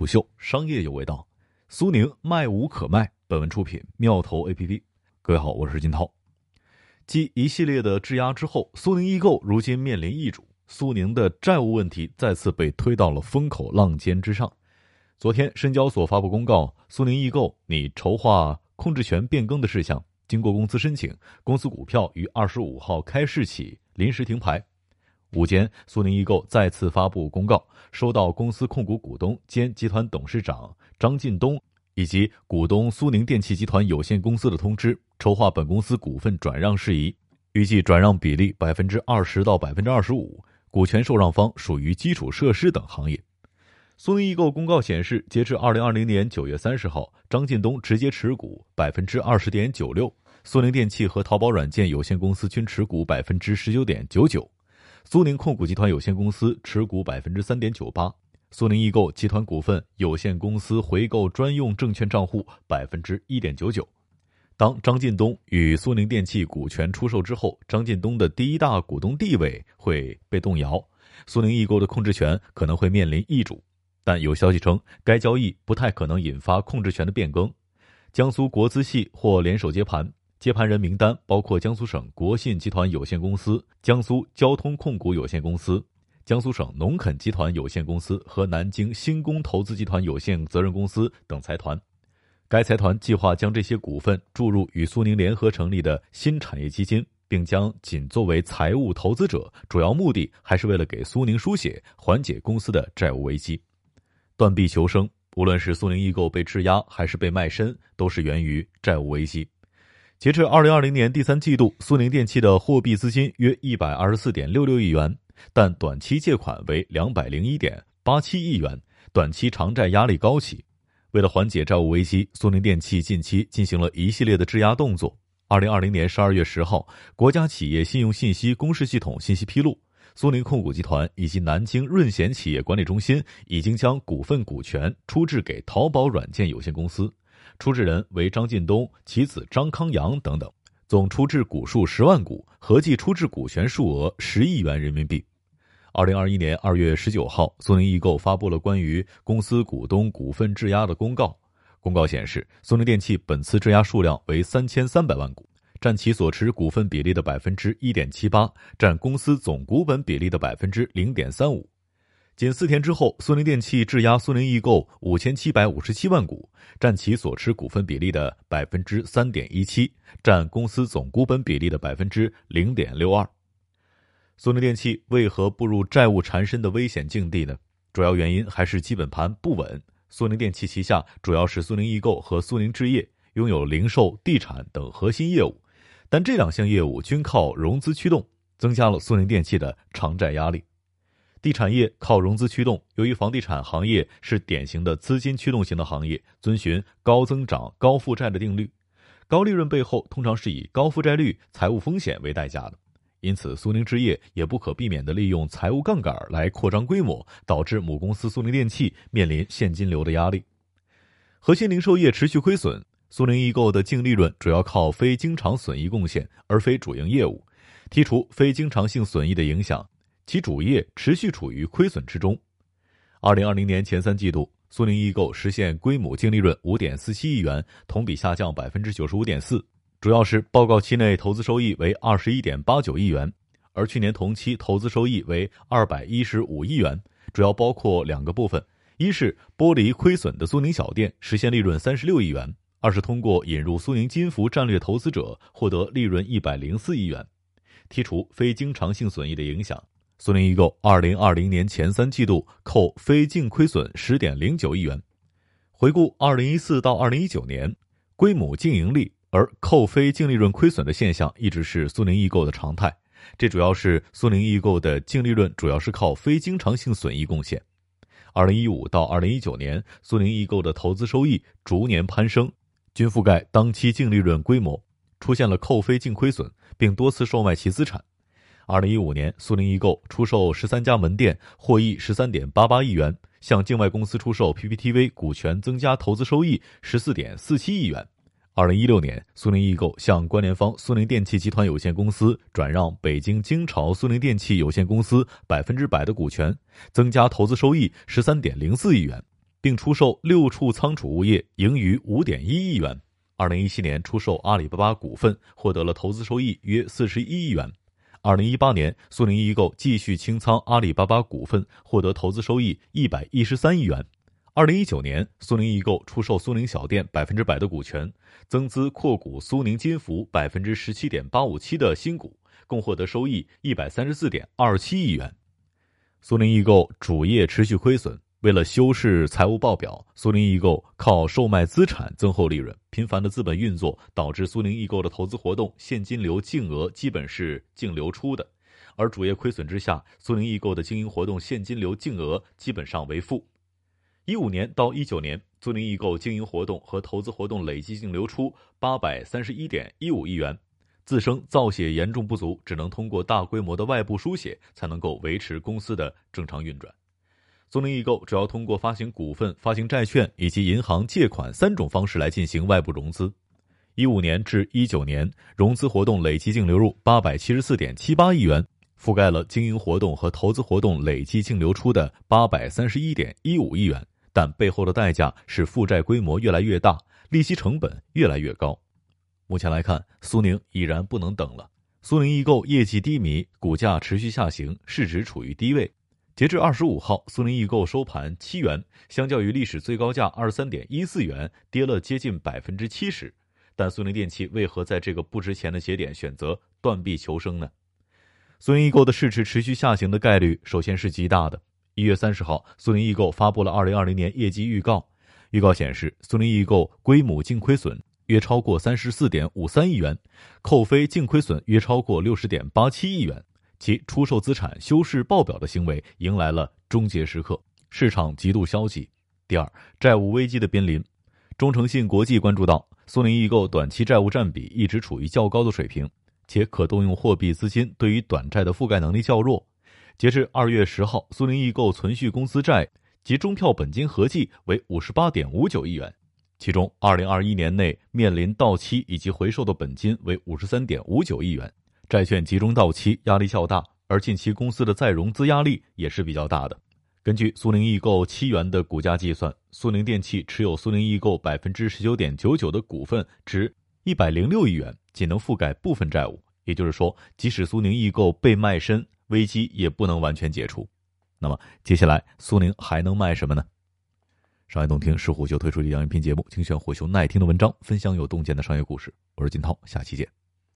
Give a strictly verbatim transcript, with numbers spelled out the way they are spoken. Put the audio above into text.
虎嗅，商业有味道。苏宁卖无可卖。本文出品妙投 A P P。各位好，我是金涛。继一系列的质押之后，苏宁易购如今面临易主，苏宁的债务问题再次被推到了风口浪尖之上。昨天深交所发布公告，苏宁易购拟筹划控制权变更的事项，经过公司申请，公司股票于二十五号开市起临时停牌。午间，苏宁易购再次发布公告，收到公司控股股东兼集团董事长张近东以及股东苏宁电器集团有限公司的通知，筹划本公司股份转让事宜，预计转让比例百分之二十到百分之二十五，股权受让方属于基础设施等行业。苏宁易购公告显示，截至二零二零年九月三十号，张近东直接持股百分之二十点九六，苏宁电器和淘宝软件有限公司均持股百分之十九点九九。苏宁控股集团有限公司持股百分之三点九八，苏宁易购集团股份有限公司回购专用证券账户百分之一点九九。当张近东与苏宁电器股权出售之后，张近东的第一大股东地位会被动摇，苏宁易购的控制权可能会面临易主，但有消息称，该交易不太可能引发控制权的变更。江苏国资系或联手接盘。接盘人名单包括江苏省国信集团有限公司、江苏交通控股有限公司、江苏省农垦集团有限公司和南京新工投资集团有限责任公司等财团。该财团计划将这些股份注入与苏宁联合成立的新产业基金，并将仅作为财务投资者，主要目的还是为了给苏宁输血，缓解公司的债务危机。断臂求生，无论是苏宁易购被质押还是被卖身，都是源于债务危机。截至二零二零年第三季度，苏宁电器的货币资金约一百二十四点六六亿元，但短期借款为两百零一点八七亿元，短期偿债压力高企。为了缓解债务危机，苏宁电器近期进行了一系列的质押动作。二零二零年十二月十号，国家企业信用信息公示系统信息披露，苏宁控股集团以及南京润贤企业管理中心已经将股份股权出质给淘宝软件有限公司。出质人为张近东、其子张康阳等等，总出质股数十万股，合计出质股权数额十亿元人民币。二零二一年二月十九号，苏宁易购发布了关于公司股东股份质押的公告。公告显示，苏宁电器本次质押数量为三千三百万股，占其所持股份比例的百分之一点七八，占公司总股本比例的百分之零点三五。仅四天之后，苏宁电器质押苏宁易购五千七百五十七万股，占其所持股份比例的百分之三点一七，占公司总股本比例的百分之零点六二。苏宁电器为何步入债务缠身的危险境地呢？主要原因还是基本盘不稳。苏宁电器旗下主要是苏宁易购和苏宁置业，拥有零售、地产等核心业务，但这两项业务均靠融资驱动，增加了苏宁电器的偿债压力。地产业靠融资驱动，由于房地产行业是典型的资金驱动型的行业，遵循高增长高负债的定律，高利润背后通常是以高负债率、财务风险为代价的。因此，苏宁置业也不可避免地利用财务杠杆来扩张规模，导致母公司苏宁电器面临现金流的压力。核心零售业持续亏损，苏宁易购的净利润主要靠非经常损益贡献，而非主营业务。剔除非经常性损益的影响，其主业持续处于亏损之中。二零二零年前三季度，苏宁易购实现归母净利润五点四七亿元，同比下降百分之九十五点四，主要是报告期内投资收益为二十一点八九亿元，而去年同期投资收益为二百一十五亿元，主要包括两个部分：一是剥离亏损的苏宁小店实现利润三十六亿元，二是通过引入苏宁金服战略投资者获得利润一百零四亿元。剔除非经常性损益的影响，苏宁易购二零二零年前三季度扣非净亏损 十点零九亿元。回顾二零一四到二零一九年，归母净盈利而扣非净利润亏损的现象一直是苏宁易购的常态，这主要是苏宁易购的净利润主要是靠非经常性损益贡献。二零一五到二零一九年，苏宁易购的投资收益逐年攀升，均覆盖当期净利润规模，出现了扣非净亏损，并多次售卖其资产。二零一五年，苏宁易购出售十三家门店，获益 十三点八八亿元，向境外公司出售 P P T V 股权，增加投资收益 十四点四七亿元。二零一六年，苏宁易购向关联方苏宁电器集团有限公司转让北京京朝苏宁电器有限公司百分之百的股权，增加投资收益 十三点零四亿元。 并出售六处仓储物业，盈余 五点一亿元。二零一七年出售阿里巴巴股份，获得了投资收益约四十一亿元。二零一八年，苏宁易购继续清仓阿里巴巴股份，获得投资收益一百一十三亿元。二零一九年，苏宁易购出售苏宁小店百分之百的股权，增资扩股苏宁金服百分之十七点八五七的新股，共获得收益一百三十四点二七亿元。苏宁易购主业持续亏损，为了修饰财务报表，苏宁易购靠售卖资产增厚利润。频繁的资本运作导致苏宁易购的投资活动现金流净额基本是净流出的，而主业亏损之下，苏宁易购的经营活动现金流净额基本上为负。一五年到一九年，苏宁易购经营活动和投资活动累计净流出八百三十一点一五亿元，自身造血严重不足，只能通过大规模的外部输血才能够维持公司的正常运转。苏宁易购主要通过发行股份、发行债券以及银行借款三种方式来进行外部融资。一五年至一九年，融资活动累计净流入八百七十四点七八亿元，覆盖了经营活动和投资活动累计净流出的八百三十一点一五亿元，但背后的代价是负债规模越来越大，利息成本越来越高。目前来看，苏宁已然不能等了。苏宁易购业绩低迷，股价持续下行，市值处于低位。截至二十五号，苏宁易购收盘七元，相较于历史最高价二十三点一四元，跌了接近百分之七十。但苏宁电器为何在这个不值钱的节点选择断臂求生呢？苏宁易购的市值持续下行的概率首先是极大的。一月三十号，苏宁易购发布了二零二零年业绩预告，预告显示，苏宁易购归母净亏损约超过三十四点五三亿元，扣非净亏损约超过六十点八七亿元。其出售资产、修饰报表的行为迎来了终结时刻，市场极度消极。第二，债务危机的边临。中诚信国际关注到，苏宁易购短期债务占比一直处于较高的水平，且可动用货币资金对于短债的覆盖能力较弱。截至二月十号，苏宁易购存续公司债及中票本金合计为五十八点五九亿元，其中二零二一年内面临到期以及回售的本金为五十三点五九亿元。债券集中到期压力较大，而近期公司的再融资压力也是比较大的。根据苏宁易购七元的股价计算，苏宁电器持有苏宁易购百分之十九点九九的股份，值一百零六亿元，仅能覆盖部分债务。也就是说，即使苏宁易购被卖身，危机也不能完全解除。那么接下来苏宁还能卖什么呢？商业洞听是虎嗅推出的一档音频节目，精选虎嗅耐听的文章，分享有洞见的商业故事。我是金涛，下期见。